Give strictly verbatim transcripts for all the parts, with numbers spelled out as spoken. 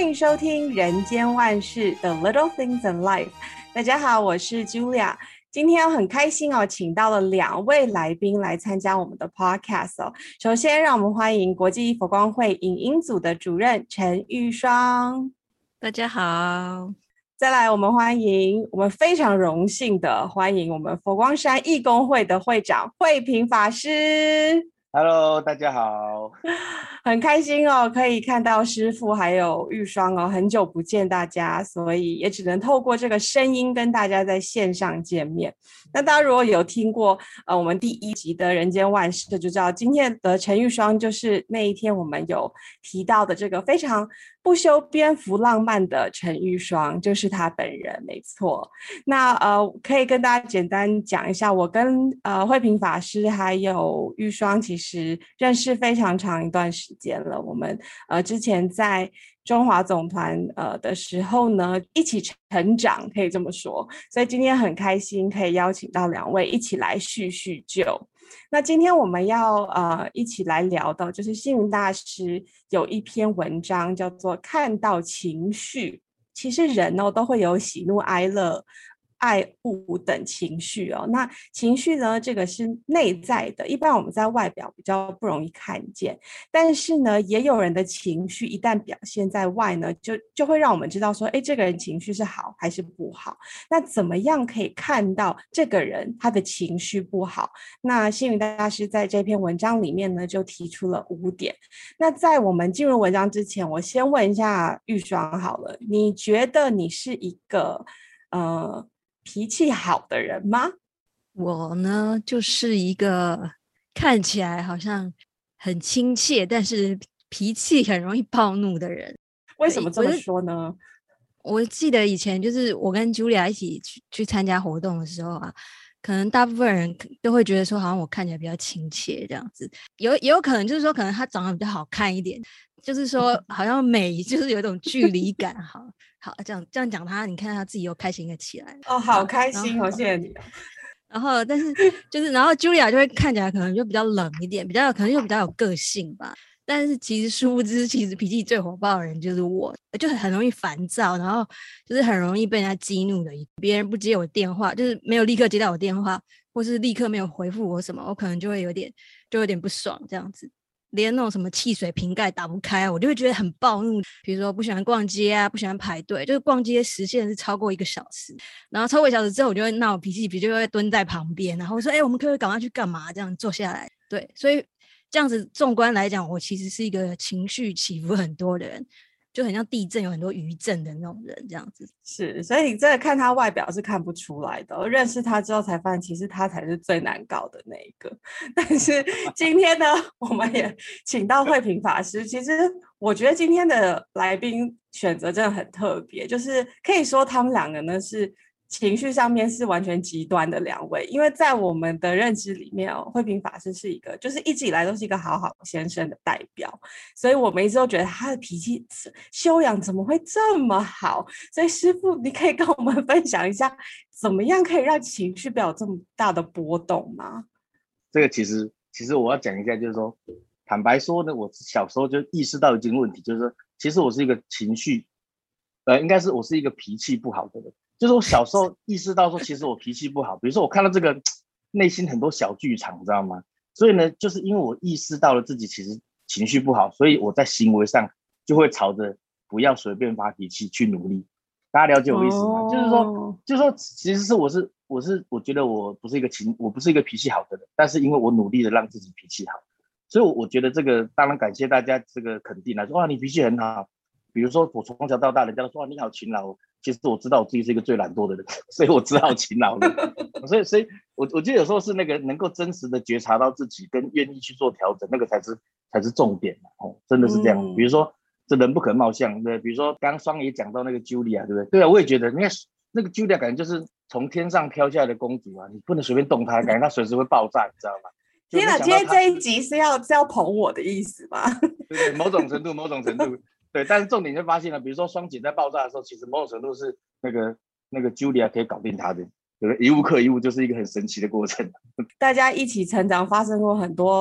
迎收听人间万事 The Little Things in Life。 大家好，我是 Julia。 今天很开心哦，请到了两位来宾来参加我们的 podcast 哦。首先让我们欢迎国际佛光会影音组的主任陈玉双。 大家好。 再来我们欢迎我们非常荣幸的欢迎我们佛光山义工会的会长慧萍法师。 Hello， 大家好。 很开心哦，可以看到师父还有玉双哦，很久不见大家，所以也只能透过这个声音跟大家在线上见面。那大家如果有听过呃我们第一集的人间万事，就知道今天的陈玉双就是那一天我们有提到的这个非常不修边幅浪漫的陈玉双，就是他本人，没错。那呃可以跟大家简单讲一下，我跟呃慧萍法师还有玉双其实认识非常长一段时间了。我们呃之前在中华总团呃的时候呢，一起成长，可以这么说。所以今天很开心可以邀请到两位一起来叙叙旧。那今天我们要呃一起来聊的就是星云大师有一篇文章叫做看到情绪。其实人哦都会有喜怒哀乐爱恶等情绪哦。那情绪呢，这个是内在的，一般我们在外表比较不容易看见，但是呢也有人的情绪一旦表现在外呢，就就会让我们知道说，哎，这个人情绪是好还是不好。那怎么样可以看到这个人他的情绪不好？那星云大师在这篇文章里面呢就提出了五点。那在我们进入文章之前，我先问一下玉双好了，你觉得你是一个呃脾气好的人吗？ 我呢就是一个看起来好像很亲切，但是脾气很容易暴怒的人。 为什么这么说呢？ 我, 我记得以前就是我跟 Julia 一起 去, 去参加活动的时候啊，可能大部分人都会觉得说好像我看起来比较亲切这样子，有也有可能就是说可能他长得比较好看一点，就是说好像美就是有一种距离感。好好这样这样讲他，你看他自己又开心了起来。 哦，好开心哦，谢谢你。 然后但是就是然后 Julia 就会看起来可能就比较冷一点，比较可能就比较有个性吧。但是其实殊不知，其实脾气最火爆的人就是我，就很容易烦躁，然后就是很容易被人家激怒的。别人不接我电话，就是没有立刻接到我电话，或是立刻没有回复我什么，我可能就会有点就有点不爽这样子。连那种什么汽水瓶盖打不开，我就会觉得很暴怒。比如说不喜欢逛街啊，不喜欢排队，就是逛街时限是超过一个小时，然后超过一个小时之后，我就会闹脾气，比如就会蹲在旁边，然后我说：“哎、欸，我们可不可以赶快去干嘛？”这样坐下来。对，所以这样子纵观来讲，我其实是一个情绪起伏很多的人，就很像地震有很多余震的那种人这样子。 是，所以你真的看他外表是看不出来的，我认识他之后才发现其实他才是最难搞的那一个。但是今天呢我们也请到慧萍法师，其实我觉得今天的来宾选择真的很特别，就是可以说他们两个呢是情绪上面是完全极端的两位。因为在我们的认知里面哦，慧萍法师是一个就是一直以来都是一个好好先生的代表，所以我们一直都觉得他的脾气修养怎么会这么好。所以师父你可以跟我们分享一下怎么样可以让情绪不要有这么大的波动吗？ 这个其实其实我要讲一下，就是说坦白说呢，我小时候就意识到一件问题，就是说其实我是一个情绪呃，应该是我是一个脾气不好的人。就是我小时候意识到说其实我脾气不好，比如说我看到这个内心很多小剧场，你知道吗？所以呢就是因为我意识到了自己其实情绪不好，所以我在行为上就会朝着不要随便发脾气去努力。大家了解我意思吗？ oh. 就是说就是说其实是我是我是我觉得我不是一个情我不是一个脾气好的人，但是因为我努力的让自己脾气好，所以我觉得这个当然感谢大家这个肯定来说，哇你脾气很好。比如说我从小到大人家都说，哇你好勤劳，其实我知道我自己是一个最懒惰的人，所以我只好勤劳了。所以所以我我觉得有时候是那个能够真实的觉察到自己跟愿意去做调整，那个才是才是重点、哦、真的是这样、嗯、比如说这人不可貌相，对，比如说刚刚双爷讲到那个 Julia 对不对？对啊，我也觉得你看那个 Julia 感觉就是从天上飘下来的公主啊，你不能随便动她，感觉她随时会爆炸，你知道吗？ 天哪，今天这一集是要是要捧我的意思吗？ 对对，某种程度某种程度对，但是重点就发现了，比如说双姐在爆炸的时候，其实某种程度是那个那个 Julia 可以搞定她的，对不对？一物克一物就是一个很神奇的过程。 大家一起成长，发生过很多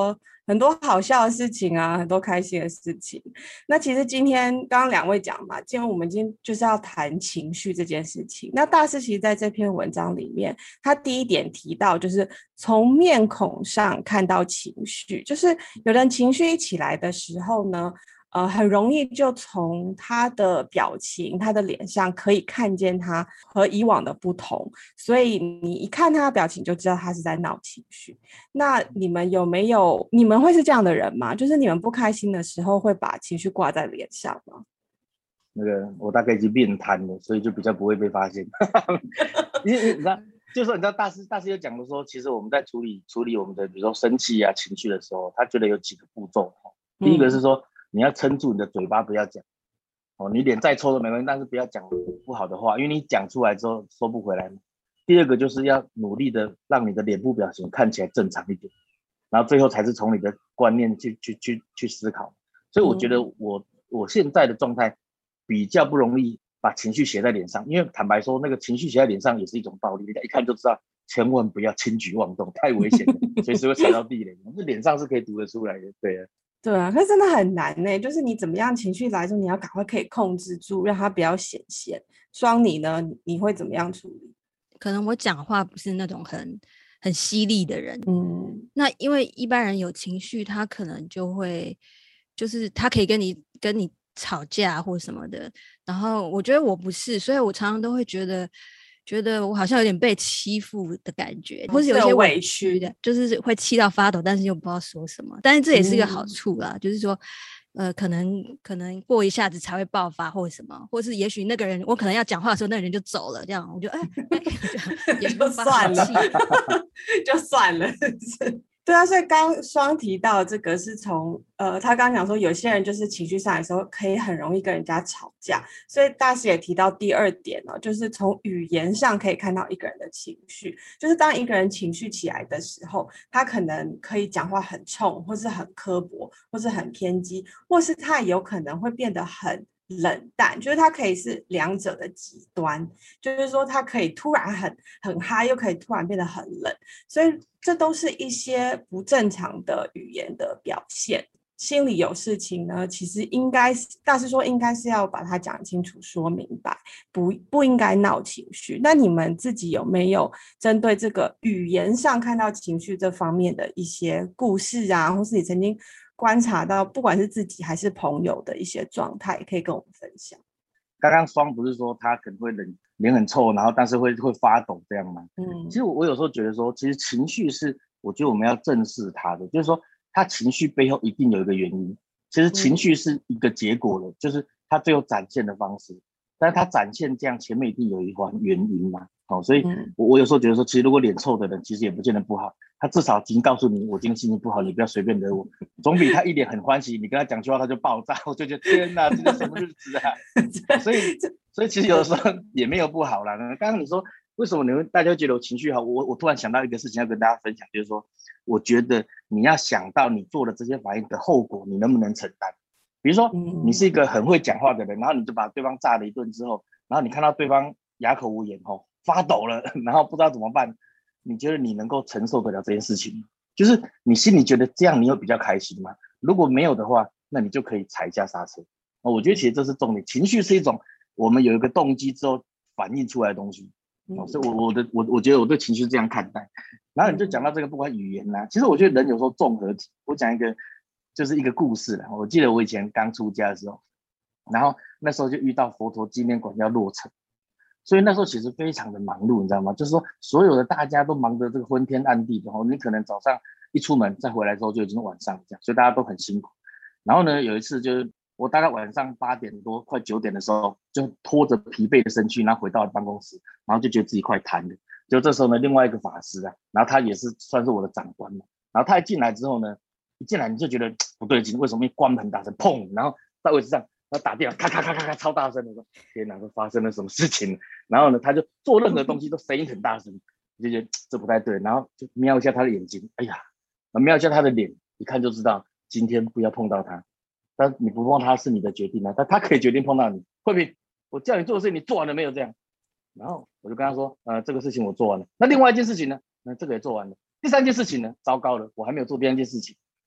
很多好笑的事情啊，很多开心的事情。那其实今天刚刚两位讲嘛，今天我们今天就是要谈情绪这件事情。那大师其实在这篇文章里面，他第一点提到就是从面孔上看到情绪，就是有人情绪一起来的时候呢，呃，很容易就从他的表情、他的脸上可以看见他和以往的不同，所以你一看他的表情就知道他是在闹情绪。那你们有没有？你们会是这样的人吗？就是你们不开心的时候会把情绪挂在脸上吗？ 那个我大概已经变瘫了，所以就比较不会被发现。因为你知道，就是说你知道大师大师有讲的说，其实我们在处理处理我们的比如说生气啊情绪的时候，他觉得有几个步骤。第一个是说。嗯你要撑住你的嘴巴，不要讲哦。你脸再臭都没关系，但是不要讲不好的话，因为你讲出来之后收不回来。第二个就是要努力的让你的脸部表情看起来正常一点，然后最后才是从你的观念去去去去思考。所以我觉得我、嗯、我现在的状态比较不容易把情绪写在脸上，因为坦白说，那个情绪写在脸上也是一种暴力，人家一看就知道，千万不要轻举妄动，太危险了，随时会踩到地雷。这脸上是可以读得出来的，对啊。 对啊，可是真的很难呢、欸。就是你怎么样情绪来的时候，你要赶快可以控制住，让它不要显现。双你呢，你会怎么样处理？ 可能我讲话不是那种很很犀利的人， 嗯， 那因为一般人有情绪，他可能就会就是他可以跟你跟你吵架或什么的。然后我觉得我不是，所以我常常都会觉得。觉得我好像有点被欺负的感觉，或是有一些委屈的，就是会气到发抖，但是又不知道说什么。但是这也是一个好处啦，嗯、就是说，呃，可能可能过一下子才会爆发，或者什么，或是也许那个人我可能要讲话的时候，那个人就走了，这样我就哎，哎也就算了，就算了。对啊，所以刚双提到这个是从呃，他刚讲说有些人就是情绪上来的时候可以很容易跟人家吵架，所以大师也提到第二点哦，就是从语言上可以看到一个人的情绪，就是当一个人情绪起来的时候，他可能可以讲话很冲，或是很刻薄，或是很偏激，或是他有可能会变得很冷淡，就是它可以是两者的极端，就是说它可以突然很很嗨，又可以突然变得很冷，所以这都是一些不正常的语言的表现。心里有事情呢，其实应该大师说应该是要把它讲清楚说明白，不不应该闹情绪。那你们自己有没有针对这个语言上看到情绪这方面的一些故事啊，或是你曾经观察到不管是自己还是朋友的一些状态，可以跟我们分享？ 刚刚双不是说他可能会脸脸很臭，然后但是会会发抖这样吗？嗯，其实我我有时候觉得说，其实情绪是我觉得我们要正视它的，就是说他情绪背后一定有一个原因。其实情绪是一个结果了，嗯、就是他最后展现的方式，但是他展现这样前面一定有一环原因嘛。哦，所以我我有时候觉得说，其实如果脸臭的人，其实也不见得不好。他至少已经告诉你，我今天心情不好，你不要随便惹我，总比他一脸很欢喜，你跟他讲句话他就爆炸，我就觉得天哪，这是什么日子啊！所以，所以其实有时候也没有不好啦。刚刚你说为什么你们大家觉得我情绪好，我我突然想到一个事情要跟大家分享，就是说，我觉得你要想到你做的这些反应的后果，你能不能承担？比如说，你是一个很会讲话的人，然后你就把对方炸了一顿之后，然后你看到对方哑口无言吼。发抖了，然后不知道怎么办，你觉得你能够承受得了这件事情吗？就是你心里觉得这样你会比较开心吗？如果没有的话，那你就可以踩一下刹车。我觉得其实这是重点，情绪是一种我们有一个动机之后反映出来的东西。嗯、所以我我的我我觉得我对情绪是这样看待。然后你就讲到这个，不管语言啦、啊，其实我觉得人有时候综合体。我讲一个就是一个故事啦。我记得我以前刚出家的时候，然后那时候就遇到佛陀纪念馆要落成。所以那时候其实非常的忙碌，你知道吗？就是说所有的大家都忙得这个昏天暗地的，你可能早上一出门再回来之后就已经晚上这样，所以大家都很辛苦。然后呢，有一次就是我大概晚上八点多快九点的时候，就拖着疲惫的身躯，然后回到了办公室，然后就觉得自己快瘫了。就这时候呢，另外一个法师啊，然后他也是算是我的长官嘛，然后他一进来之后呢，一进来你就觉得不对劲，为什么一关门很大声，砰，然后在位置上。然后打电话，咔咔咔咔咔，超大声的说：“天哪，这发生了什么事情？”然后呢，他就做任何东西都声音很大声，就觉得这不太对。然后就瞄一下他的眼睛，哎呀，瞄一下他的脸，一看就知道今天不要碰到他。但你不碰他是你的决定啊，但他可以决定碰到你。慧萍，我叫你做的事情你做完了没有？这样，然后我就跟他说：“呃，这个事情我做完了。那另外一件事情呢？那这个也做完了。第三件事情呢？糟糕了，我还没有做第三件事情。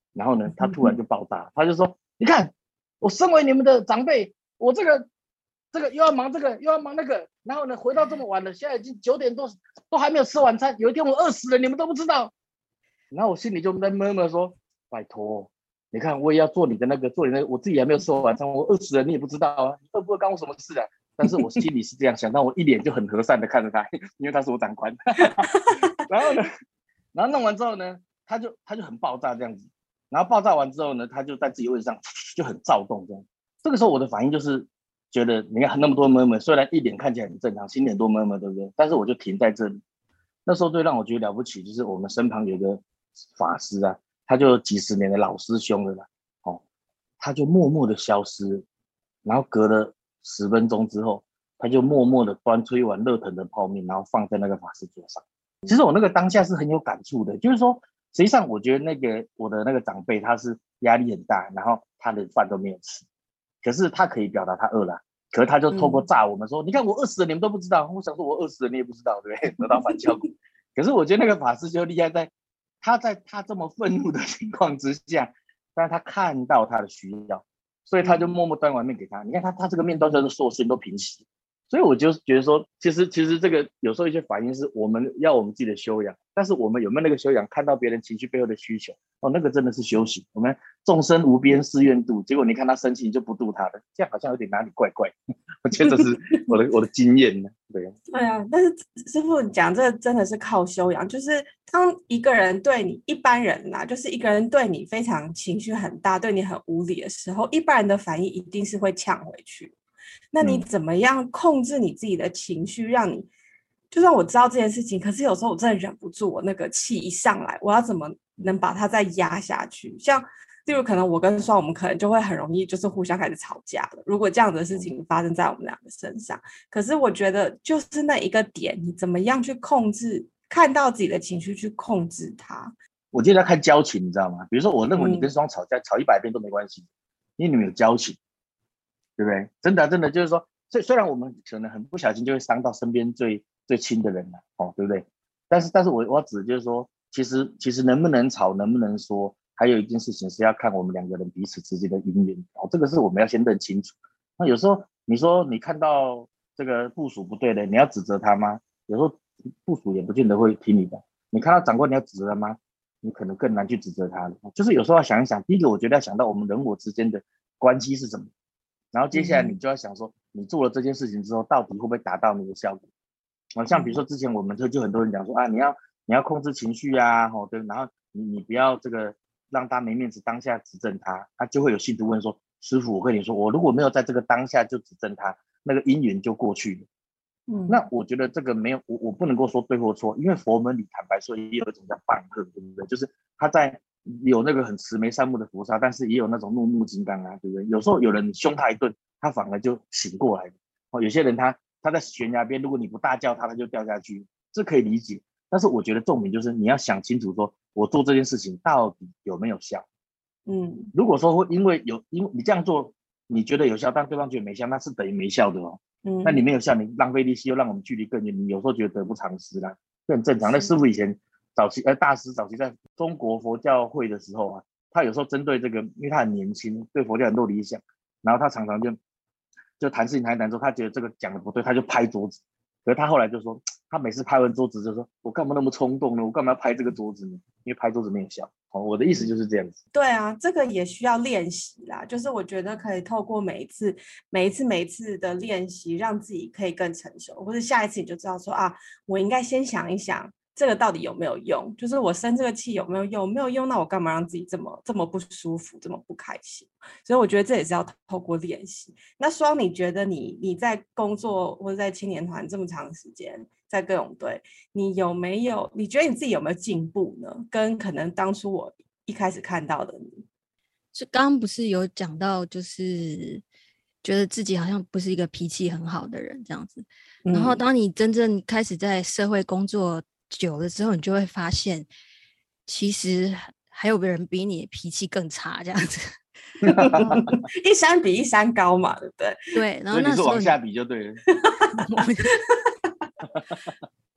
然后呢，他突然就爆炸，他就说：“你看，我身为你们的长辈，我这个这个又要忙这个，又要忙那个，然后呢，回到这么晚了，现在已经九点多，都还没有吃晚餐。有一天我饿死了，你们都不知道。”然后我心里就在闷闷说：“拜托，你看我也要做你的那个，做你的，我自己还没有吃晚餐，我饿死了你也不知道啊，你饿不饿干我什么事啊？”但是我心里是这样想，但我一脸就很和善的看着他，因为他是我长官。然后呢，然后弄完之后呢，他就他就很爆炸这样子。然后爆炸完之后呢，他就在自己位置上就很躁动这样。这个时候我的反应就是觉得，你看那么多闷闷，虽然一脸看起来很正常，心里很多闷闷，对不对？但是我就停在这里。那时候最让我觉得了不起，就是我们身旁有个法师啊，他就几十年的老师兄了啦，哦，他就默默的消失，然后隔了十分钟之后，他就默默的端出一碗热腾的泡面，然后放在那个法师桌上。其实我那个当下是很有感触的，就是说，实际上我觉得那个我的那个长辈他是压力很大，然后他的饭都没有吃，可是他可以表达他饿了，可是他就透过炸我们说，嗯、你看我饿死了，你们都不知道。我想说我饿死了，你也不知道，对不对？得到反效果。可是我觉得那个法师就厉害在，他在他这么愤怒的情况之下，但是他看到他的需要，所以他就默默端碗面给他。你看他他这个面端端的所有事情都平息。所以我就觉得说，其实其实这个有时候一些反应是我们要我们自己的修养，但是我们有没有那个修养，看到别人情绪背后的需求，哦，那个真的是修行。我们众生无边誓愿度，结果你看他生气，你就不度他了，这样好像有点哪里怪怪。我觉得这是我的我的经验呢。对对啊，但是师父讲这真的是靠修养，就是当一个人对你，一般人啦，就是一个人对你非常情绪很大，对你很无理的时候，一般人的反应一定是会呛回去。那你怎么样控制你自己的情绪，让你就算我知道这件事情，可是有时候我真的忍不住，我那个气一上来，我要怎么能把它再压下去？像例如可能我跟双，我们可能就会很容易就是互相开始吵架了。如果这样的事情发生在我们两个身上，可是我觉得就是那一个点，你怎么样去控制，看到自己的情绪去控制它？ 我觉得要看交情，你知道吗？比如说，我认为你跟双吵架、嗯、吵一百遍都没关系，因为你们有交情。对不对？真的真的就是说，虽虽然我们可能很不小心就会伤到身边最最亲的人了，哦，对不对？但是但是我我指就是说，其实其实能不能吵，能不能说，还有一件事情是要看我们两个人彼此之间的姻缘，哦，这个是我们要先认清楚。那有时候你说你看到这个部属不对的，你要指责他吗？有时候部属也不见得会听你的。你看到长官，你要指责他吗？你可能更难去指责他了。就是有时候要想一想，第一个我觉得要想到我们人我之间的关系是什么。然后接下来你就要想说，你做了这件事情之后，到底会不会达到你的效果？啊，像比如说之前我们就就很多人讲说啊，你要你要控制情绪啊，哦对，然后你你不要这个让他没面子，当下指正他，他就会有信徒问说，师父，我跟你说，我如果没有在这个当下就指正他，那个因缘就过去了。嗯，那我觉得这个没有，我我不能够说对或错，因为佛门里坦白说也有一种叫棒喝，对不对？就是他在。有那个很慈眉善目的菩萨，但是也有那种怒目金刚啊，对不对？有时候有人凶他一顿，他反而就醒过来了。哦，有些人他他在悬崖边，如果你不大叫他，他就掉下去，这可以理解。但是我觉得重点就是你要想清楚说，说我做这件事情到底有没有效？嗯，如果说会因为有因为你这样做，你觉得有效，但对方觉得没效，那是等于没效的哦。嗯，那你没有效，你浪费力气，又让我们距离更远，你有时候觉得得不偿失啦，这很正常。那师父以前。早期呃，大师早期在中国佛教会的时候啊，他有时候针对这个，因为他很年轻，对佛教很多理想，然后他常常就就谈事情谈一谈之后，他觉得这个讲的不对，他就拍桌子。可是他后来就说，他每次拍完桌子就说，我干嘛那么冲动呢？我干嘛要拍这个桌子呢？因为拍桌子没有效。哦，我的意思就是这样子。 对啊，这个也需要练习啦。就是我觉得可以透过每一次、每一次、每一次的练习，让自己可以更成熟，或者下一次你就知道说啊，我应该先想一想。这个到底有没有用？就是我生这个气有没有用？没有用，那我干嘛让自己这么这么不舒服，这么不开心？所以我觉得这也是要透过练习。那双，你觉得你你在工作或者在青年团这么长时间，在歌咏队，你有没有？你觉得你自己有没有进步呢？跟可能当初我一开始看到的你， 就刚刚不是有讲到，就是觉得自己好像不是一个脾气很好的人这样子。嗯、然后当你真正开始在社会工作久了之后，你就会发现其实还有人比你脾气更差这样子。 一山比一山高嘛，对不对？ 对，然后那时候你是往下比就对了。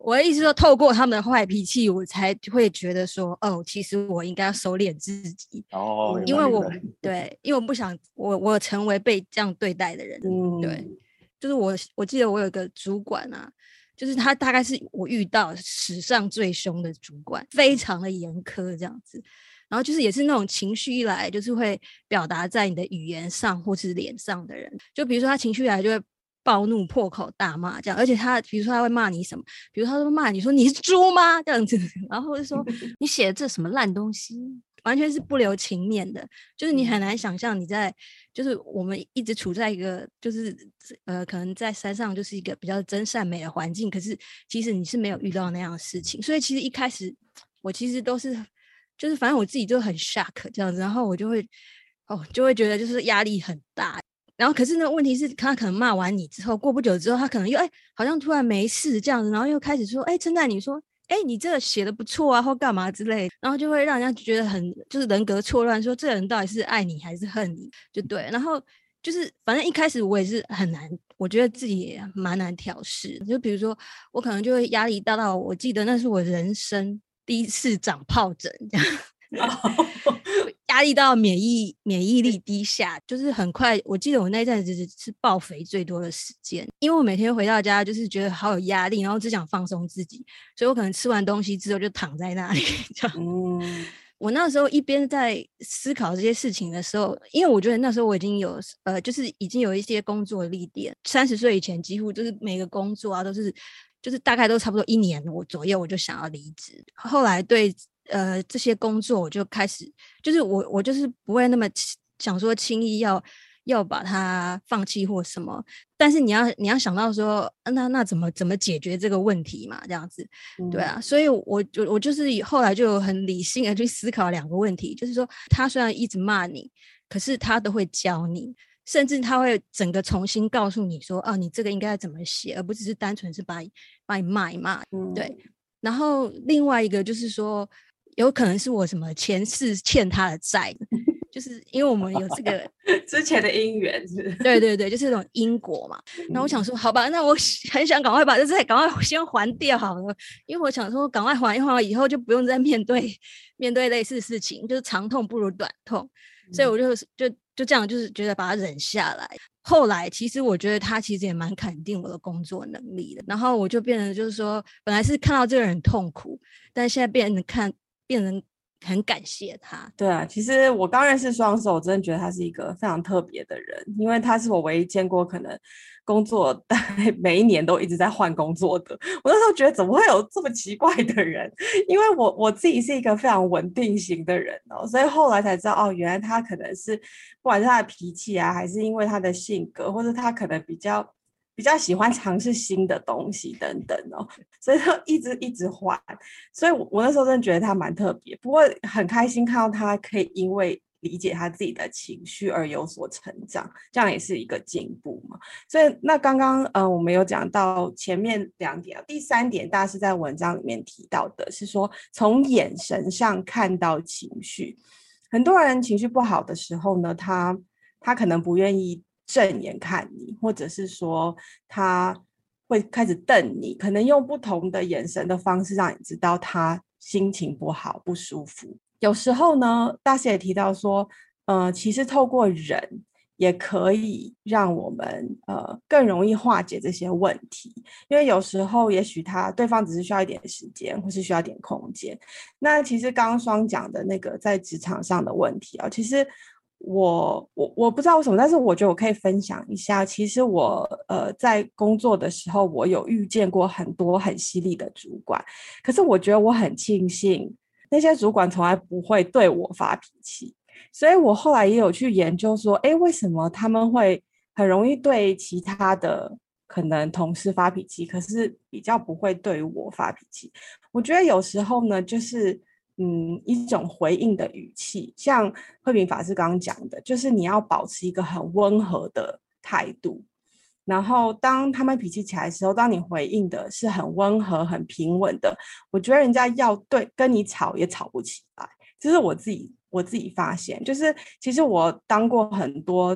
我的意思说，透过他们的坏脾气，我才会觉得说，哦，其实我应该要收敛自己。 哦， 因为我对，因为我不想我我成为被这样对待的人。嗯，对，就是我我记得我有个主管啊，就是他大概是我遇到史上最凶的主管，非常的严苛这样子。然后就是也是那种情绪一来就是会表达在你的语言上或是脸上的人，就比如说他情绪来就会暴怒破口大骂这样，而且他比如说他会骂你什么，比如他会骂你说你是猪吗这样子，然后就说你写的这什么烂东西，完全是不留情面的。就是你很难想象你在就是我们一直处在一个就是呃可能在山上就是一个比较真善美的环境，可是其实你是没有遇到那样的事情。所以其实一开始我其实都是就是反正我自己就很 shock 这样子，然后我就会哦就会觉得就是压力很大。然后可是呢问题是他可能骂完你之后过不久之后他可能又哎好像突然没事这样子，然后又开始说哎称赞你说哎你这个写的不错啊或干嘛之类的，然后就会让人家觉得很就是人格错乱，说这个人到底是爱你还是恨你就对。然后就是反正一开始我也是很难，我觉得自己也蛮难调试，就比如说我可能就会压力大到我记得那是我人生第一次长疱疹这样压力到免疫免疫力低下，就是很快我记得我那一阵子是爆肥最多的时间，因为我每天回到家就是觉得好有压力，然后只想放松自己，所以我可能吃完东西之后就躺在那里这样、嗯、我那时候一边在思考这些事情的时候，因为我觉得那时候我已经有呃，就是已经有一些工作历练，三十岁以前几乎就是每个工作啊都是就是大概都差不多一年我左右我就想要离职。后来对呃这些工作我就开始就是我我就是不会那么想说轻易要要把它放弃或什么，但是你要你要想到说那那怎么怎么解决这个问题嘛，这样子、嗯、对啊。所以我就我就是后来就很理性的去思考两个问题，就是说他虽然一直骂你，可是他都会教你，甚至他会整个重新告诉你说啊，你这个应该怎么写，而不只是单纯是把你把你骂一骂、嗯、对。然后另外一个就是说有可能是我什么前世欠他的债就是因为我们有这个之前的因缘是对对对，就是这种因果嘛。那我想说好吧，那我很想赶快把这债赶快先还掉好了，因为我想说赶快还一还以后就不用再面对面对类似事情，就是长痛不如短痛，所以我就就就这样就是觉得把它忍下来。后来其实我觉得他其实也蛮肯定我的工作能力的，然后我就变成就是说本来是看到这个人很痛苦，但现在变成看变成很感谢他。 对啊，其实我刚认识双手，我真的觉得他是一个非常特别的人，因为他是我唯一见过可能工作每一年都一直在换工作的。我那时候觉得怎么会有这么奇怪的人，因为我我自己是一个非常稳定型的人哦，所以后来才知道哦，原来他可能是不管是他的脾气啊，还是因为他的性格，或者他可能比较比较喜欢尝试新的东西等等哦，所以他一直一直换，所以我我那时候真的觉得他蛮特别，不过很开心看到他可以因为理解他自己的情绪而有所成长，这样也是一个进步嘛。所以那刚刚呃我们有讲到前面两点，第三点大家是在文章里面提到的是说从眼神上看到情绪，很多人情绪不好的时候呢，他他可能不愿意正眼看你，或者是说他会开始瞪你，可能用不同的眼神的方式让你知道他心情不好不舒服。有时候呢大师也提到说呃，其实透过人也可以让我们呃更容易化解这些问题，因为有时候也许他对方只是需要一点时间或是需要一点空间。那其实刚刚双讲的那个在职场上的问题啊、哦，其实我我我不知道为什么，但是我觉得我可以分享一下。其实我呃在工作的时候，我有遇见过很多很犀利的主管，可是我觉得我很庆幸那些主管从来不会对我发脾气，所以我后来也有去研究说，哎，为什么他们会很容易对其他的可能同事发脾气，可是比较不会对我发脾气。我觉得有时候呢，就是嗯，一种回应的语气，像慧敏法师刚刚讲的，就是你要保持一个很温和的态度，然后当他们脾气起来的时候，当你回应的是很温和很平稳的，我觉得人家要对跟你吵也吵不起来。这是我自己我自己发现，就是其实我当过很多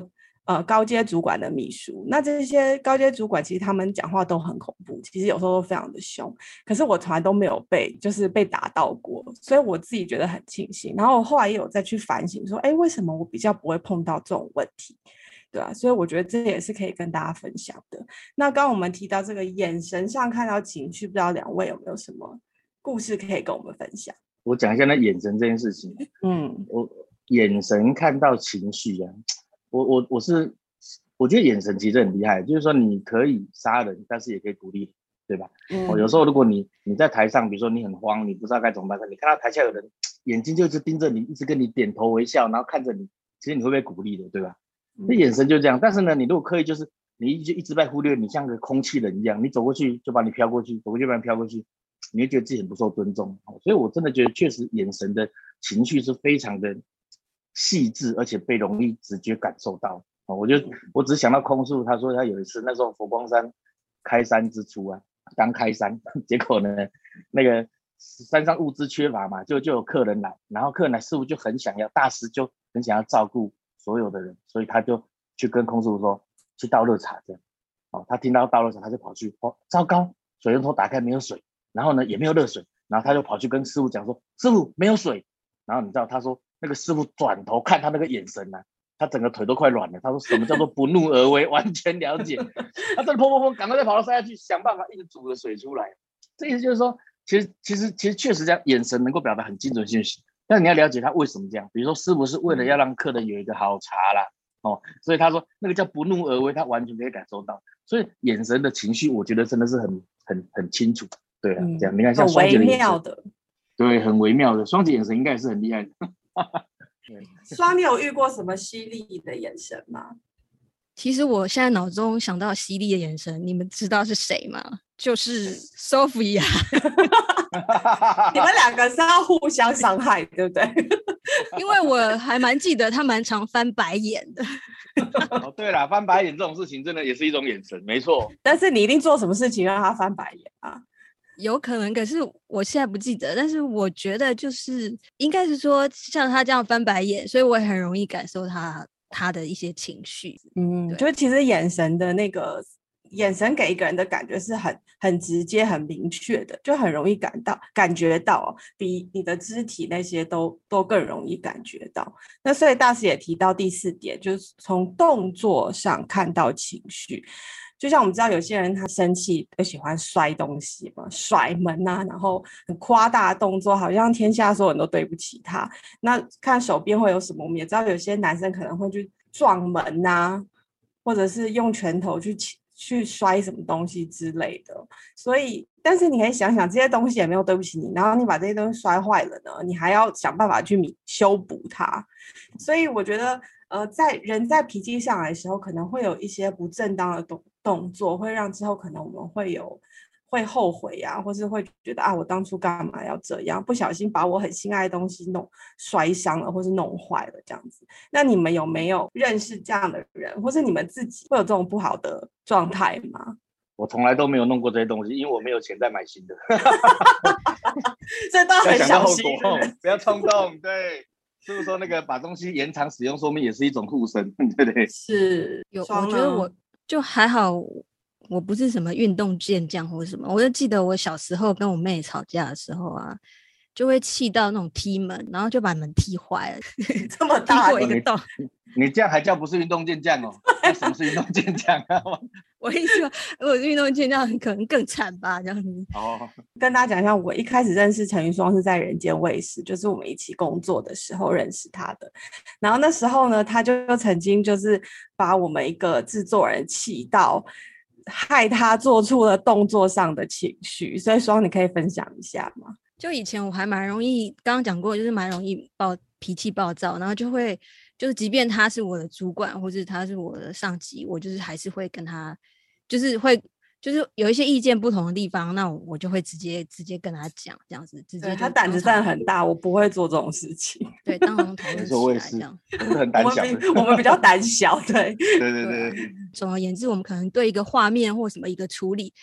呃高阶主管的秘书。那这些高阶主管其实他们讲话都很恐怖，其实有时候都非常的凶，可是我从来都没有被就是被打到过，所以我自己觉得很庆幸。然后我后来也有再去反省说，哎，为什么我比较不会碰到这种问题？对啊，所以我觉得这也是可以跟大家分享的。那刚刚我们提到这个眼神上看到情绪，不知道两位有没有什么故事可以跟我们分享？ 我讲一下那眼神这件事情。嗯，我眼神看到情绪啊，我我我是我觉得眼神其实很厉害，就是说你可以杀人，但是也可以鼓励，对吧？嗯，有时候如果你你在台上，比如说你很慌，你不知道该怎么办，你看到台下有人眼睛就一直盯着你，一直跟你点头微笑，然后看着你，其实你会被鼓励的，对吧？那眼神就这样，但是呢，你如果刻意就是你就一直在忽略，你像个空气人一样，你走过去就把你飘过去，走过去把你飘过去，你会觉得自己很不受尊重。所以我真的觉得确实眼神的情绪是非常的细致，而且被容易直觉感受到。我就我只想到空树，他说他有一次那时候佛光山开山之初啊，刚开山，结果呢那个山上物资缺乏嘛，就就有客人来，然后客人来师父就很想要，大师就很想要照顾所有的人，所以他就去跟空树说去倒热茶这样。哦，他听到倒热茶，他就跑去，哦，糟糕，水龙头打开没有水，然后呢也没有热水，然后他就跑去跟师父讲说，师父没有水。然后你知道他说那个师父转头看他那个眼神啊，他整个腿都快软了。他说什么叫做不怒而威，完全了解。他真的砰砰砰，赶快再跑到山下去想办法一直煮个水出来。这意思就是说，其实其实其实确实这样，眼神能够表达很精准信息，但你要了解他为什么这样。比如说师父是为了要让客人有一个好茶啦，哦，所以他说那个叫不怒而威，他完全可以感受到。所以眼神的情绪，我觉得真的是很很很清楚。对啊，这样你看像双姐的眼神，对，很微妙的。双姐眼神应该也是很厉害的。 双，你有遇过什么犀利的眼神吗？ 其实我现在脑中想到犀利的眼神，你们知道是谁吗？就是 Sophia。 你们两个是要互相伤害，对不对？ 因为我还蛮记得他蛮常翻白眼的。 哦，对啦，翻白眼这种事情真的也是一种眼神，没错。 但是你一定做什么事情让他翻白眼啊？ 有可能，可是我现在不记得。但是我觉得就是应该是说像他这样翻白眼，所以我也很容易感受他他的一些情绪。 嗯，就是其实眼神的那个眼神给一个人的感觉是很很直接很明确的，就很容易感到感觉到比你的肢体那些都都更容易感觉到。那所以大师也提到第四点，就是从动作上看到情绪。就像我们知道有些人他生气都喜欢摔东西嘛，甩门啊，然后很夸大的动作，好像天下所有人都对不起他。那看手边会有什么，我们也知道有些男生可能会去撞门啊，或者是用拳头去去摔什么东西之类的。所以但是你可以想想，这些东西也没有对不起你，然后你把这些东西摔坏了呢，你还要想办法去修补它。所以我觉得呃，在人在脾气上来的时候，可能会有一些不正当的动动作，会让之后可能我们会有会后悔啊，或是会觉得啊，我当初干嘛要这样，不小心把我很心爱的东西弄摔伤了，或是弄坏了这样子。那你们有没有认识这样的人，或是你们自己会有这种不好的状态吗？ 我从来都没有弄过这些东西，因为我没有钱再买新的。 这都很小心， 不要冲动。对，是不是说那个把东西延长使用寿命也是一种护身，对不对？ 是有，我觉得我就还好，我不是什么运动健将或者什么。我就记得我小时候跟我妹吵架的时候啊，就会气到那种踢门，然后就把门踢坏了， 这么大踢过一个洞。 你, 你这样还叫不是运动健将哦？那什么是运动健将啊？ 我意思说，如果是运动健将，可能更惨吧，这样子。 哦， 跟大家讲一下，我一开始认识陈云双是在人间卫视，就是我们一起工作的时候认识他的。然后那时候呢，他就曾经就是把我们一个制作人气到，害他做出了动作上的情绪。所以双，你可以分享一下吗？ 就以前我还蛮容易，刚刚讲过，就是蛮容易暴脾气暴躁，然后就会就是即便他是我的主管或者他是我的上级，我就是还是会跟他就是会就是有一些意见不同的地方，那 我, 我就会直接直接跟他讲，这样子直接。 他胆子真的很大，我不会做这种事情。 对，当场讨论起来这样。 我是很胆小的， 我们, 我们比较胆小，对对对对对。 总而言之，我们可能对一个画面或什么一个处理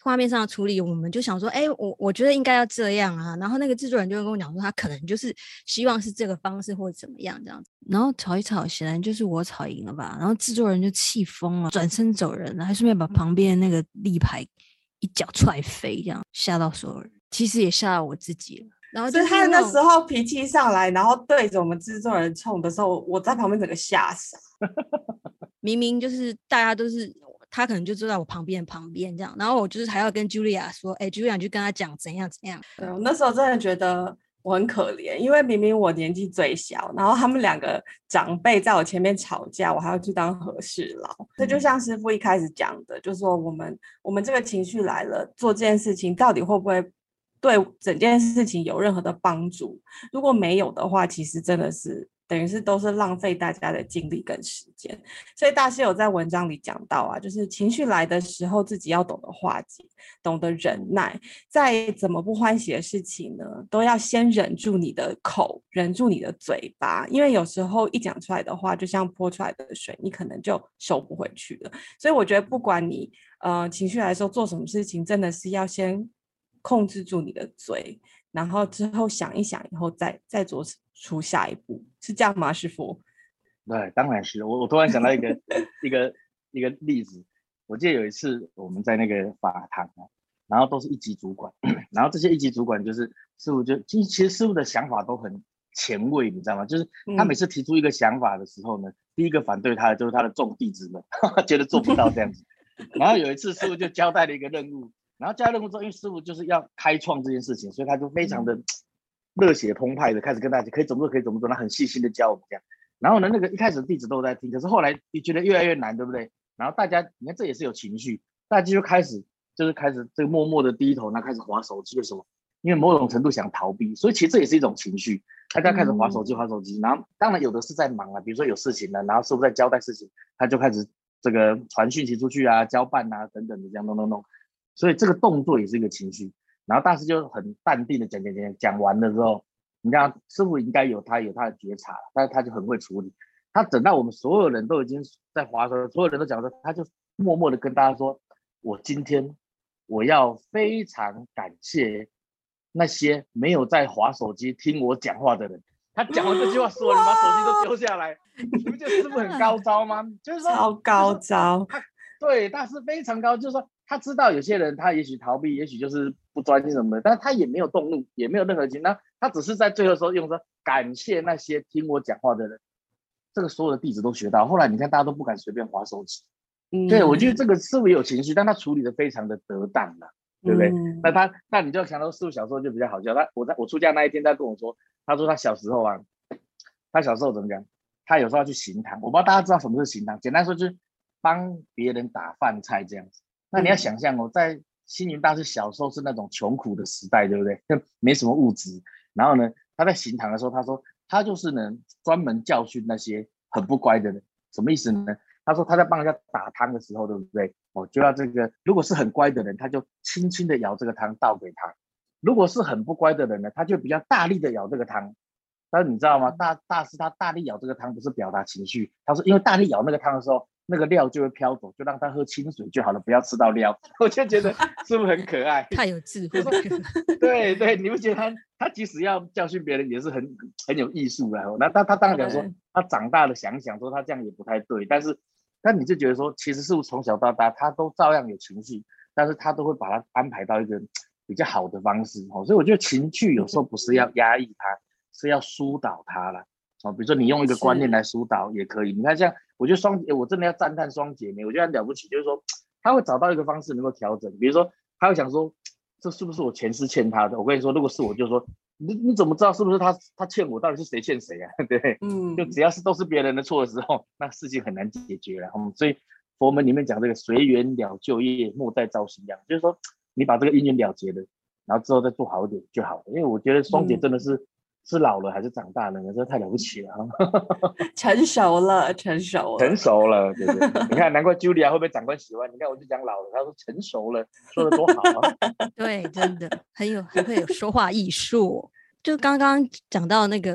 画面上的处理，我们就想说，哎，我我觉得应该要这样啊。然后那个制作人就会跟我讲说，他可能就是希望是这个方式或者怎么样这样子。然后吵一吵，显然就是我吵赢了吧。然后制作人就气疯了，转身走人了，还顺便把旁边那个立牌一脚踹飞，这样吓到所有人，其实也吓到我自己了。然后就是所以他那时候脾气上来，然后对着我们制作人冲的时候，我在旁边整个吓傻。 明明就是大家都是，他可能就坐在我旁边旁边这样，然后我就是还要跟 Julia 说，哎 ，Julia 就跟他讲怎样怎样。 对，我那时候真的觉得我很可怜，因为明明我年纪最小，然后他们两个长辈在我前面吵架，我还要去当和事佬。这、嗯、就像师傅一开始讲的，就是说我们我们这个情绪来了，做这件事情到底会不会对整件事情有任何的帮助？如果没有的话，其实真的是等于是都是浪费大家的精力跟时间。所以大师有在文章里讲到啊，就是情绪来的时候，自己要懂得化解，懂得忍耐。再怎么不欢喜的事情呢，都要先忍住你的口，忍住你的嘴巴，因为有时候一讲出来的话，就像泼出来的水，你可能就收不回去了。所以我觉得，不管你呃情绪来的时候做什么事情，真的是要先控制住你的嘴，然后之后想一想以后再再做出下一步，是这样吗，师傅？ 对，当然是。我我突然想到一个一个一个例子，我记得有一次我们在那个法堂啊，然后都是一级主管，然后这些一级主管就是师傅就其实师傅的想法都很前卫，你知道吗？就是他每次提出一个想法的时候呢，嗯、第一个反对他的就是他的众弟子们，觉得做不到这样子。然后有一次师傅就交代了一个任务。然后交代任务之后，因为师傅就是要开创这件事情，所以他就非常的热血澎湃的开始跟大家可以怎么做，可以怎么做，他很细心的教我们这样。然后呢，那个一开始弟子都在听，可是后来你觉得越来越难，对不对？然后大家，你看这也是有情绪，大家就开始就是开始这个默默的低头，那开始滑手机，为什么？因为某种程度想逃避，所以其实这也是一种情绪。大家开始滑手机，滑手机，然后当然有的是在忙啊，比如说有事情了，然后师傅在交代事情，他就开始这个传讯息出去啊，交办啊等等的这样弄弄弄。所以这个动作也是一个情绪，然后大师就很淡定的讲讲讲讲完了之后，你看师傅应该有他有他的觉察，但是他就很会处理。他等到我们所有人都已经在滑手，所有人都讲说，他就默默的跟大家说：“我今天我要非常感谢那些没有在滑手机听我讲话的人。”他讲完这句话，所有人把手机都丢下来，你不觉得师傅很高招吗？就是说超高招， 他对，他是非常高，就是说。他知道有些人他也许逃避，也许就是不专心什么的，但他也没有动怒，也没有任何情绪，那他只是在最后的时候用说感谢那些听我讲话的人，这个所有的弟子都学到。后来你看大家都不敢随便滑手机，嗯、对，我觉得这个师傅有情绪，但他处理的非常的得当啦，对不对？嗯、那他那你就要想到师傅小时候就比较好笑，他我在我出家那一天他跟我说，他说他小时候啊，他小时候怎么讲？他有时候要去行堂，我不知道大家知道什么是行堂，简单说就是帮别人打饭菜这样子。那你要想象哦，在星云大师小时候是那种穷苦的时代，对不对？没什么物质。然后呢，他在行堂的时候，他说他就是呢专门教训那些很不乖的人。什么意思呢？他说他在帮人家打汤的时候，对不对？哦，就要这个，如果是很乖的人，他就轻轻的舀这个汤倒给他；如果是很不乖的人呢，他就比较大力的舀这个汤。但是你知道吗？大大师他大力舀这个汤不是表达情绪，他说因为大力舀那个汤的时候。那个料就会飘走，就让他喝清水就好了，不要吃到料。我就觉得是不是很可爱？ 太有智慧了。 对对，你不觉得他他即使要教训别人也是很很有艺术的？那他他当然讲说，他长大了想想说他这样也不太对，但是但你就觉得说，其实是不是从小到大他都照样有情绪，但是他都会把它安排到一个比较好的方式。所以我觉得情绪有时候不是要压抑它，是要疏导它啦。哦，比如说你用一个观念来疏导也可以。你看像我觉得双姐，我真的要赞叹双姐妹，我觉得很了不起，就是说她会找到一个方式能够调整。比如说她会想说，这是不是我前世欠她的？我跟你说，如果是我就说，你你怎么知道是不是她她欠我？到底是谁欠谁啊？对，嗯，就只要是都是别人的错的时候，那事情很难解决了。嗯，所以佛门里面讲这个随缘了旧业，莫再造新样，就是说你把这个因缘了结了，然后之后再做好一点就好了。因为我觉得双姐真的是。嗯是老了还是长大了呢？这太了不起了， 成熟了，成熟了， 成熟了，对不对？你看，难怪 Julia 会被长官喜欢。你看，我就讲老了，他说成熟了，说的多好啊！ 对，真的很有，很会有说话艺术。就刚刚讲到那个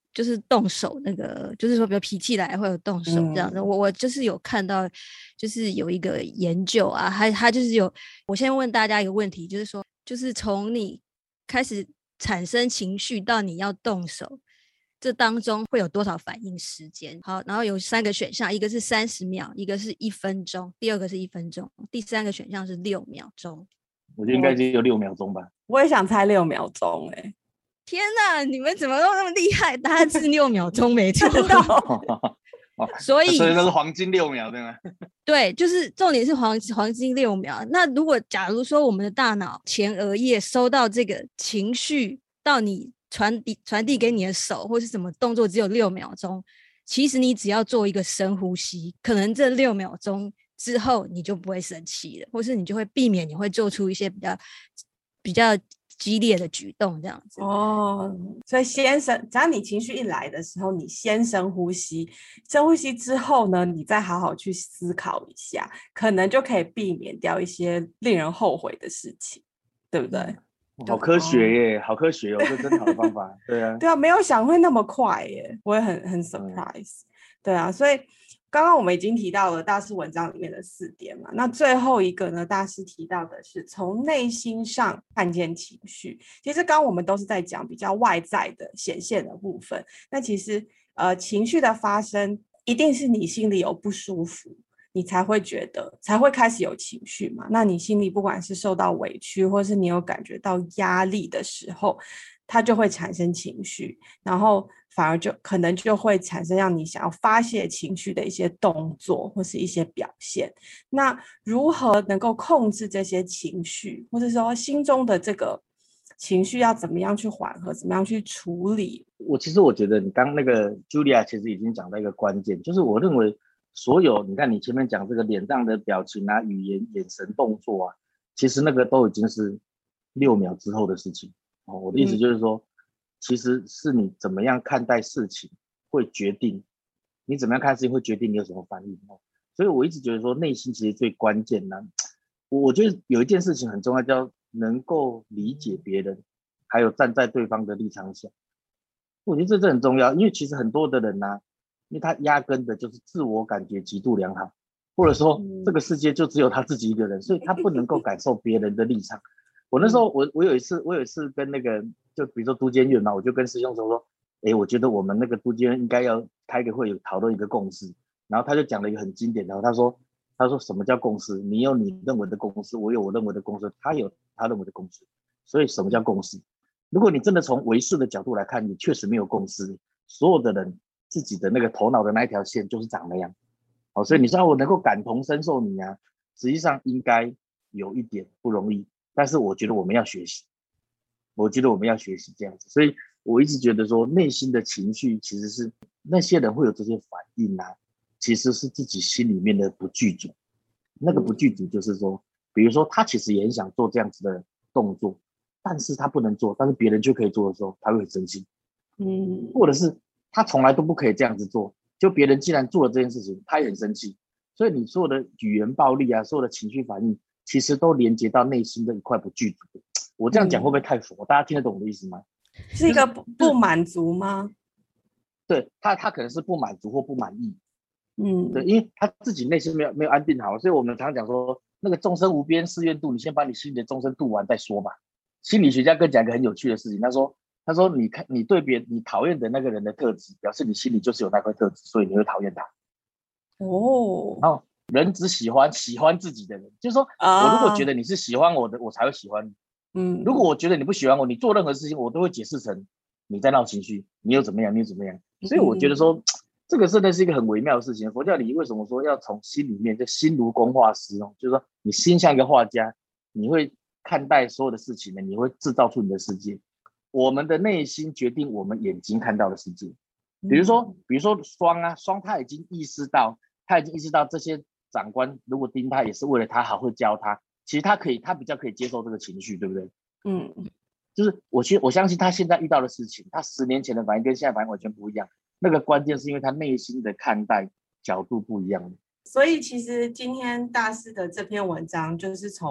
就是动手那个，就是说比如脾气来会有动手这样子。嗯、我我就是有看到，就是有一个研究啊，他他就是有，我先问大家一个问题，就是说，就是从你开始产生情绪到你要动手，这当中会有多少反应时间？好，然后有三个选项，一个是三十秒，一个是一分钟，第二个是一分钟，第三个选项是六秒钟。 我觉得应该只有六秒钟吧。 我也想猜六秒钟哎、欸。 天哪，你们怎么都那么厉害？答案是六秒钟，没错。所以所以那是黄金六秒，对吗？ 对，就是重点是黄黄金六秒。那如果假如说我们的大脑前额叶收到这个情绪，到你传递传递给你的手或是什么动作只有六秒钟，其实你只要做一个深呼吸，可能这六秒钟之后你就不会生气了，或是你就会避免你会做出一些比较比较激烈的举动这样子。 哦，所以先深，只要你情绪一来的时候，你先深呼吸，深呼吸之后呢，你再好好去思考一下，可能就可以避免掉一些令人后悔的事情，对不对？嗯、 好科学耶，哦、好科学哦，这真好的方法。对啊， 对啊，没有想会那么快耶，我也很很 surprise、嗯。对啊，所以刚刚我们已经提到了大师文章里面的四点嘛，那最后一个呢，大师提到的是从内心上看见情绪。其实刚刚我们都是在讲比较外在的显现的部分，那其实呃情绪的发生一定是你心里有不舒服，你才会觉得才会开始有情绪嘛。那你心里不管是受到委屈，或是你有感觉到压力的时候，它就会产生情绪，然后反而就可能就会产生让你想要发泄情绪的一些动作或是一些表现。那如何能够控制这些情绪，或者说心中的这个情绪要怎么样去缓和，怎么样去处理？ 我其实我觉得你刚那个 Julia 其实已经讲到一个关键，就是我认为所有你看你前面讲这个脸上的表情啊、语言、眼神、动作啊，其实那个都已经是六秒之后的事情。哦、我的意思就是说、嗯，其实是你怎么样看待事情会决定你怎么样看事情会决定你有什么反应。哦、所以我一直觉得说内心其实最关键呢，我觉得有一件事情很重要，叫能够理解别人，还有站在对方的立场想。我觉得这是很重要，因为其实很多的人啊，因为他压根的就是自我感觉极度良好，或者说这个世界就只有他自己一个人，所以他不能够感受别人的立场。我那时候我我有一次我有一次跟那个就比如说都监院嘛，我就跟师兄说，哎，我觉得我们那个都监院应该要开个会，有讨论一个共识。然后他就讲了一个很经典的，他说他说什么叫共识？你有你认为的共识，我有我认为的共识，他有他认为的共识。所以什么叫共识？如果你真的从唯识的角度来看，你确实没有共识，所有的人自己的那个头脑的那一条线就是长那样。好，所以你说我能够感同身受你啊，实际上应该有一点不容易。但是我觉得我们要学习，我觉得我们要学习这样子，所以我一直觉得说内心的情绪其实是那些人会有这些反应啊，其实是自己心里面的不具足。那个不具足就是说，比如说他其实也很想做这样子的动作，但是他不能做，但是别人就可以做的时候，他会很生气。嗯，或者是他从来都不可以这样子做，就别人既然做了这件事情，他也很生气。所以你所有的语言暴力啊，所有的情绪反应，其实都连接到内心的一块不具足。我这样讲会不会太佛、嗯？大家听得懂我的意思吗？ 是一个不不满足吗？ 对，他他可能是不满足或不满意。嗯，对，因为他自己内心没有没有安定好，所以我们常常讲说，那个众生无边誓愿度，你先把你心里的众生度完再说吧。心理学家跟讲一个很有趣的事情，他说他说你看你对别你讨厌的那个人的特质，表示你心里就是有那块特质，所以你会讨厌他。哦，然后人只喜欢喜欢自己的人，就是说、啊、我如果觉得你是喜欢我的，我才会喜欢你。嗯，如果我觉得你不喜欢我，你做任何事情我都会解释成你在闹情绪，你又怎么样，你又怎么样。所以我觉得说、嗯、这个真的是一个很微妙的事情。佛教里为什么说要从心里面，就心如工画师哦，就是说你心像一个画家，你会看待所有的事情呢，你会制造出你的世界。我们的内心决定我们眼睛看到的世界。比如说比如说双啊双，他已经意识到他已经意识到这些长官如果盯他也是为了他好，会教他，其实他可以他比较可以接受这个情绪，对不对？嗯，就是我我相信他现在遇到的事情，他十年前的反应跟现在反应完全不一样。那个关键是因为他内心的看待角度不一样。 所以其实今天大师的这篇文章就是从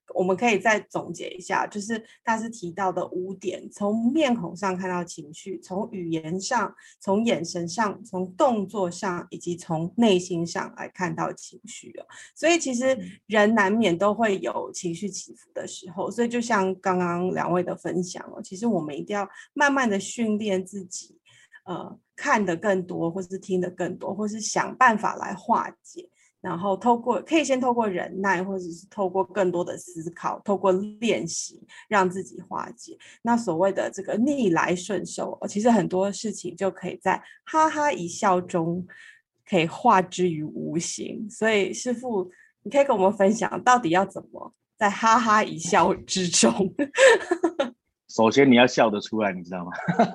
我们可以再总结一下，就是大师提到的五点，从面孔上看到情绪，从语言上，从眼神上，从动作上，以及从内心上来看到情绪哦。所以其实人难免都会有情绪起伏的时候，所以就像刚刚两位的分享哦，其实我们一定要慢慢的训练自己，呃，看得更多，或是听得更多，或是想办法来化解。然后透过可以先透过忍耐，或者是透过更多的思考，透过练习让自己化解。那所谓的这个逆来顺受，其实很多事情就可以在哈哈一笑中可以化之于无形。所以师父，你可以跟我们分享到底要怎么在哈哈一笑之中首先你要笑得出来，你知道吗？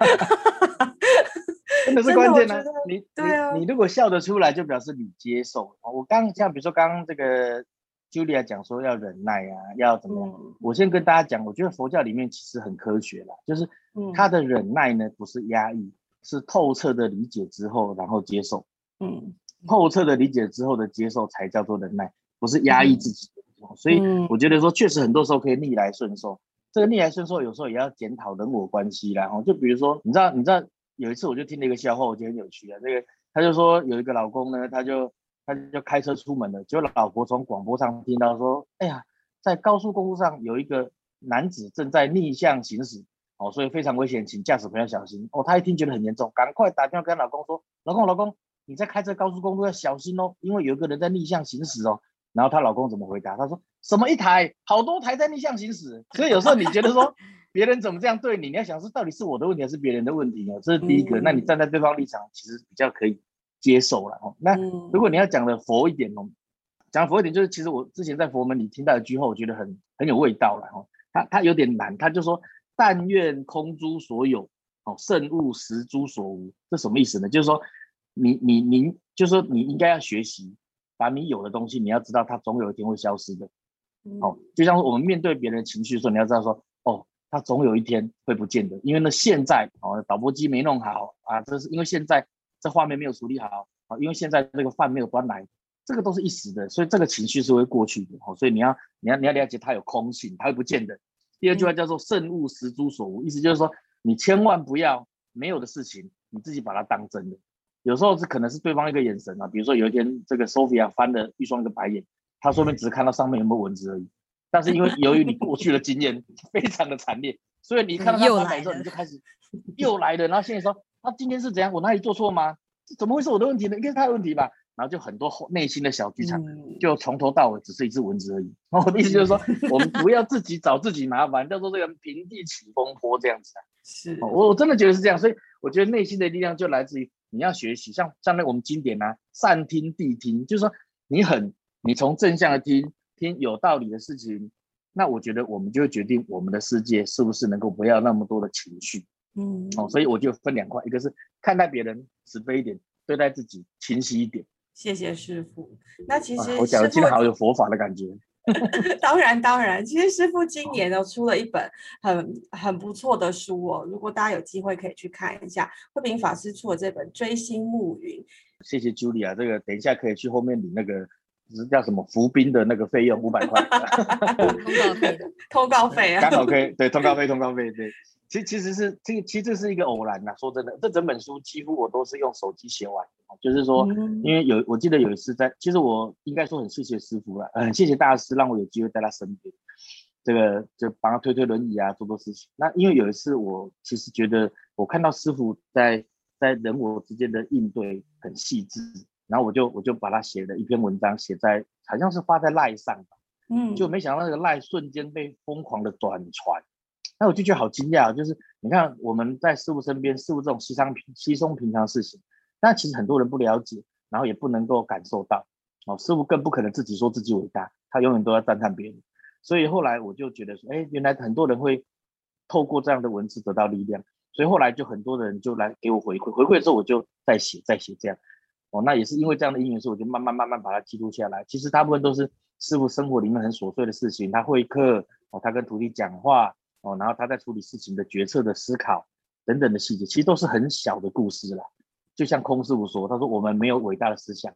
真的是关键呢、啊。你对啊， 你你如果笑得出来，就表示你接受。我刚像比如说刚刚这个 Julia 讲说要忍耐啊，要怎么样、嗯？我先跟大家讲，我觉得佛教里面其实很科学啦，就是他的忍耐呢不是压抑，是透彻的理解之后，然后接受。嗯，透彻的理解之后的接受才叫做忍耐，不是压抑自己。嗯、所以我觉得说，确实很多时候可以逆来顺受。这个逆来顺受有时候也要检讨人我关系啦。就比如说，你知道，你知道。有一次我就听了一个笑话，我觉得很有趣啊。这个他就说有一个老公呢，他就他就开车出门了，结果老婆从广播上听到说，哎呀，在高速公路上有一个男子正在逆向行驶，哦，所以非常危险，请驾驶朋友小心。哦，他一听觉得很严重，赶快打电话跟老公说，老公老公，你在开这高速公路要小心哦，因为有一个人在逆向行驶哦。然后她老公怎么回答？他说什么一台，好多台在逆向行驶。所以有时候你觉得说别人怎么这样对你，你要想是到底是我的问题还是别人的问题哦，这是第一个。嗯、那你站在对方立场，其实比较可以接受了哦。那如果你要讲的佛一点哦，讲佛一点就是，其实我之前在佛门里听到一句话，我觉得很很有味道了哦。他他有点难，他就说但愿空诸所有，哦，慎勿实诸所无。这什么意思呢？就是说你你你，就是说你应该要学习。把你有的东西，你要知道它总有一天会消失的。哦，就像我们面对别人的情绪的时候，你要知道说，哦，它总有一天会不见的。因为呢，现在哦，导播机没弄好啊，这是因为现在这画面没有处理好啊，因为现在这个饭没有端来，这个都是一时的，所以这个情绪是会过去的。哦，所以你要你要你要了解它有空性，它会不见的。第二句话叫做慎勿实诸所无，意思就是说，你千万不要没有的事情，你自己把它当真的。有时候是可能是对方一个眼神啊，比如说有一天这个 Sophia 翻了玉霜一个白眼，她说明只是看到上面有没有蚊子而已，但是因为由于你过去的经验非常的惨烈，所以你看到他翻白之后，你就开始又来了，然后心里说他今天是怎样，我哪里做错吗？怎么会是我的问题呢？应该是他的问题吧？然后就很多内心的小剧场，就从头到尾只是一只蚊子而已。然后我的意思就是说，我们不要自己找自己麻烦，叫做这个平地起风波这样子啊。 是， 我我真的觉得是这样，所以我觉得内心的力量就来自于你要学习，像像那我们经典啊，善听谛听，就是说你很你从正向的听听有道理的事情，那我觉得我们就会决定我们的世界是不是能够不要那么多的情绪。嗯，哦，所以我就分两块，一个是看待别人慈悲一点，对待自己清晰一点。 谢谢师父。那其实、 啊、我讲的今天好有佛法的感觉。 当然当然，其实师父今年呢出了一本很很不错的书哦，如果大家有机会可以去看一下，慧秉法师出的这本《追星暮云》。 谢谢 Julia， 这个等一下可以去后面领那个叫什么服兵的那个费用五百块， 通告费的通告费啊， 刚好可以对通告费通告费对。其实其实是这个，其实这是一个偶然呐、啊。说真的，这整本书几乎我都是用手机写完的，就是说，因为有我记得有一次在，其实我应该说很谢谢师父了，很谢谢大师让我有机会在他身边，这个就帮他推推轮椅啊，做做事情。那因为有一次我其实觉得我看到师父在在人我之间的应对很细致，然后我就我就把他写的一篇文章写在好像是发在 LINE 上吧，嗯，就没想到那个 LINE 瞬间被疯狂的转传。那我就觉得好惊讶，就是你看我们在师父身边，师父这种稀松稀松平常的事情，但其实很多人不了解，然后也不能够感受到。哦，师父更不可能自己说自己伟大，他永远都要赞叹别人。所以后来我就觉得说，哎，原来很多人会透过这样的文字得到力量。所以后来就很多人就来给我回馈，回馈之后我就再写再写这样。哦，那也是因为这样的因缘，所以我就慢慢慢慢把它记录下来。其实大部分都是师父生活里面很琐碎的事情，他会客，哦，他跟徒弟讲话。哦，然后他在处理事情的决策的思考等等的细节，其实都是很小的故事啦。就像空师傅说，他说我们没有伟大的思想，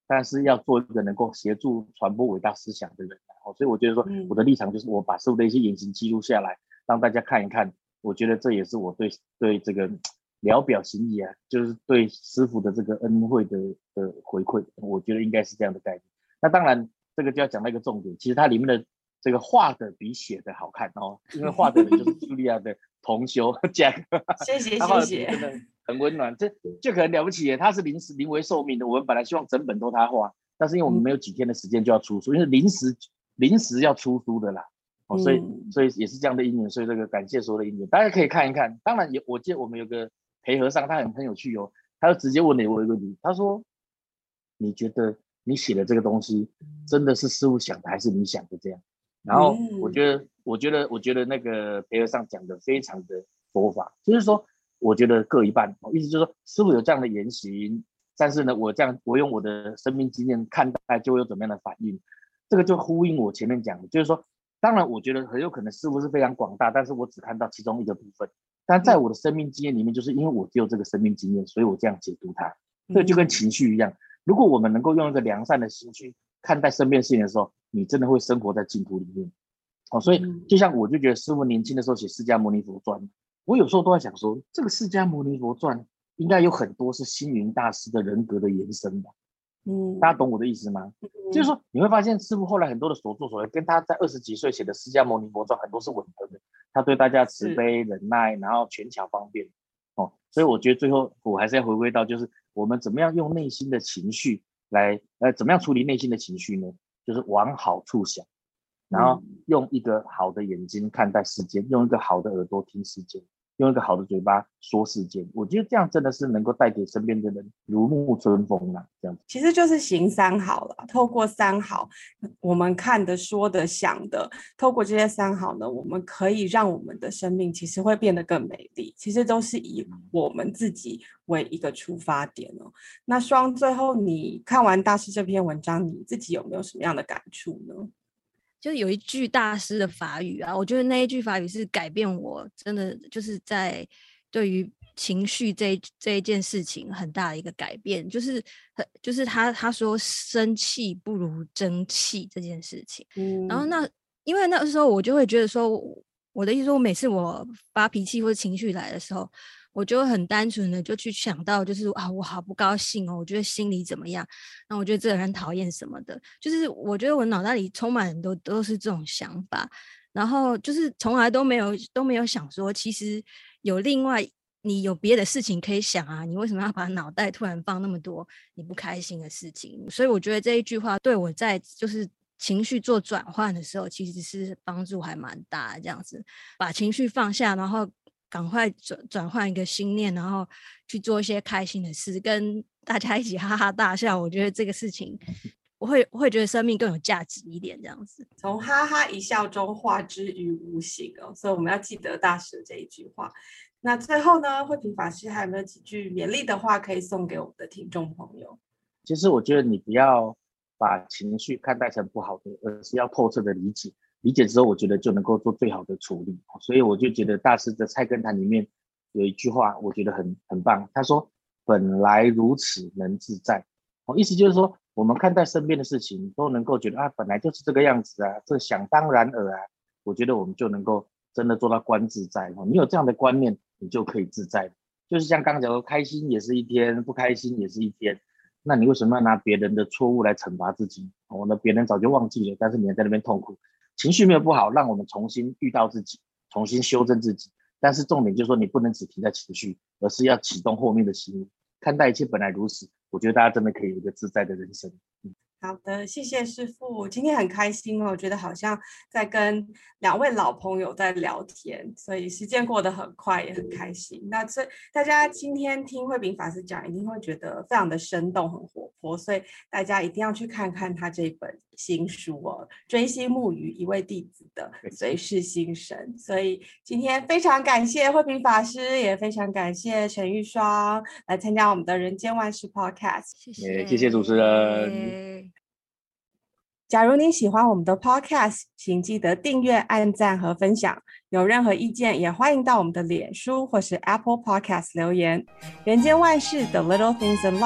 但是要做一个能够协助传播伟大思想的人。所以我觉得说我的立场就是我把师父的一些言行记录下来，让大家看一看，我觉得这也是我对对这个聊表心意啊，就是对师父的这个恩惠的的回馈，我觉得应该是这样的概念。那当然这个就要讲到一个重点，其实它里面的这个画的比写的好看哦，因为画的人就是茱莉亚的同修Jack， 谢谢他画的谢谢， 真的很温暖，这就很了不起耶。他是临时临危受命的，我们本来希望整本都他画，但是因为我们没有几天的时间就要出书，因为临时临时要出书的啦，哦，所以所以也是这样的因缘，所以这个感谢所有的因缘，大家可以看一看。当然有，我记得我们有个裴和尚，他很很有趣哦，他就直接问了我一个问题，他说：“你觉得你写的这个东西真的是师父想的，还是你想的这样？”然后我觉得，我觉得，我觉得那个裴和尚讲的非常的佛法，就是说，我觉得各一半，意思就是说，师父有这样的言行，但是呢，我这样，我用我的生命经验看待，就会有怎么样的反应。这个就呼应我前面讲的，就是说，当然，我觉得很有可能师父是非常广大，但是我只看到其中一个部分。但在我的生命经验里面，就是因为我只有这个生命经验，所以我这样解读它。这就跟情绪一样，如果我们能够用一个良善的心去看待身边事情的时候，你真的会生活在净土里面。哦，所以就像我就觉得师父年轻的时候写《释迦牟尼佛传》，我有时候都在想说，这个《释迦牟尼佛传》应该有很多是星云大师的人格的延伸吧。嗯，大家懂我的意思吗？嗯、就是说你会发现师父后来很多的所作所为跟他在二十几岁写的《释迦牟尼佛传》很多是吻合的，他对大家慈悲忍耐，然后权巧方便。哦，所以我觉得最后我还是要回归到，就是我们怎么样用内心的情绪来，呃，怎么样处理内心的情绪呢？就是往好处想，然后用一个好的眼睛看待世界，用一个好的耳朵听世界，用一个好的嘴巴说世界。我觉得这样真的是能够带给身边的人如沐春风啊，这样子。 其实就是行三好了，透过三好，我们看的、说的、想的，透过这些三好呢，我们可以让我们的生命其实会变得更美丽。其实都是以我们自己为一个出发点哦。那双，最后你看完大师这篇文章，你自己有没有什么样的感触呢？ 就是有一句大师的法语啊，我觉得那一句法语是改变我真的就是在对于情绪这这一件事情很大的一个改变，就是就是他他说生气不如争气这件事情。嗯，然后那因为那时候我就会觉得说，我的意思说，我每次我发脾气或者情绪来的时候，我就很单纯的就去想到，就是啊，我好不高兴哦，我觉得心里怎么样，那我觉得这个人讨厌什么的，就是我觉得我脑袋里充满都都是这种想法，然后就是从来都没有都没有想说，其实有另外你有别的事情可以想啊，你为什么要把脑袋突然放那么多你不开心的事情？所以我觉得这一句话对我在就是情绪做转换的时候，其实是帮助还蛮大的，这样子把情绪放下，然后赶快转转换一个心念，然后去做一些开心的事，跟大家一起哈哈大笑。我觉得这个事情，我会我会觉得生命更有价值一点，这样子。 从哈哈一笑中化之于无形哦，所以我们要记得大师这一句话。那最后呢，慧萍法师还有没有几句勉励的话可以送给我们的听众朋友？ 其实我觉得你不要把情绪看待成不好的，而是要透彻的理解。理解之后，我觉得就能够做最好的处理。所以我就觉得大师的《菜根谭》里面有一句话，我觉得很很棒。他说：“本来如此，能自在。”意思就是说，我们看待身边的事情都能够觉得啊，本来就是这个样子啊，这想当然尔啊。我觉得我们就能够真的做到观自在。你有这样的观念，你就可以自在。就是像刚刚讲说，开心也是一天，不开心也是一天。那你为什么要拿别人的错误来惩罚自己？哦，那别人早就忘记了，但是你还在那边痛苦。情绪没有不好，让我们重新遇到自己，重新修正自己。但是重点就是说，你不能只停在情绪，而是要启动后面的心，看待一切本来如此。我觉得大家真的可以有一个自在的人生。嗯， 好的，谢谢师父，今天很开心哦，我觉得好像在跟两位老朋友在聊天，所以时间过得很快，也很开心。那这大家今天听慧萍法师讲，一定会觉得非常的生动，很活泼，所以大家一定要去看看他这本新书哦，追星沐语一位弟子的随事心神。所以今天非常感谢慧萍法师，也非常感谢陈玉双来参加我们的人间万事 Podcast。 谢谢， 谢谢主持人。 假如你喜欢我们的 Podcast， 请记得订阅、按赞和分享。有任何意见，也欢迎到我们的脸书或是 Apple Podcast 留言。人间万事 The Little Things in Life，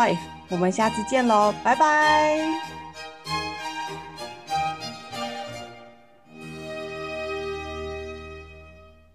我们下次见喽，拜拜。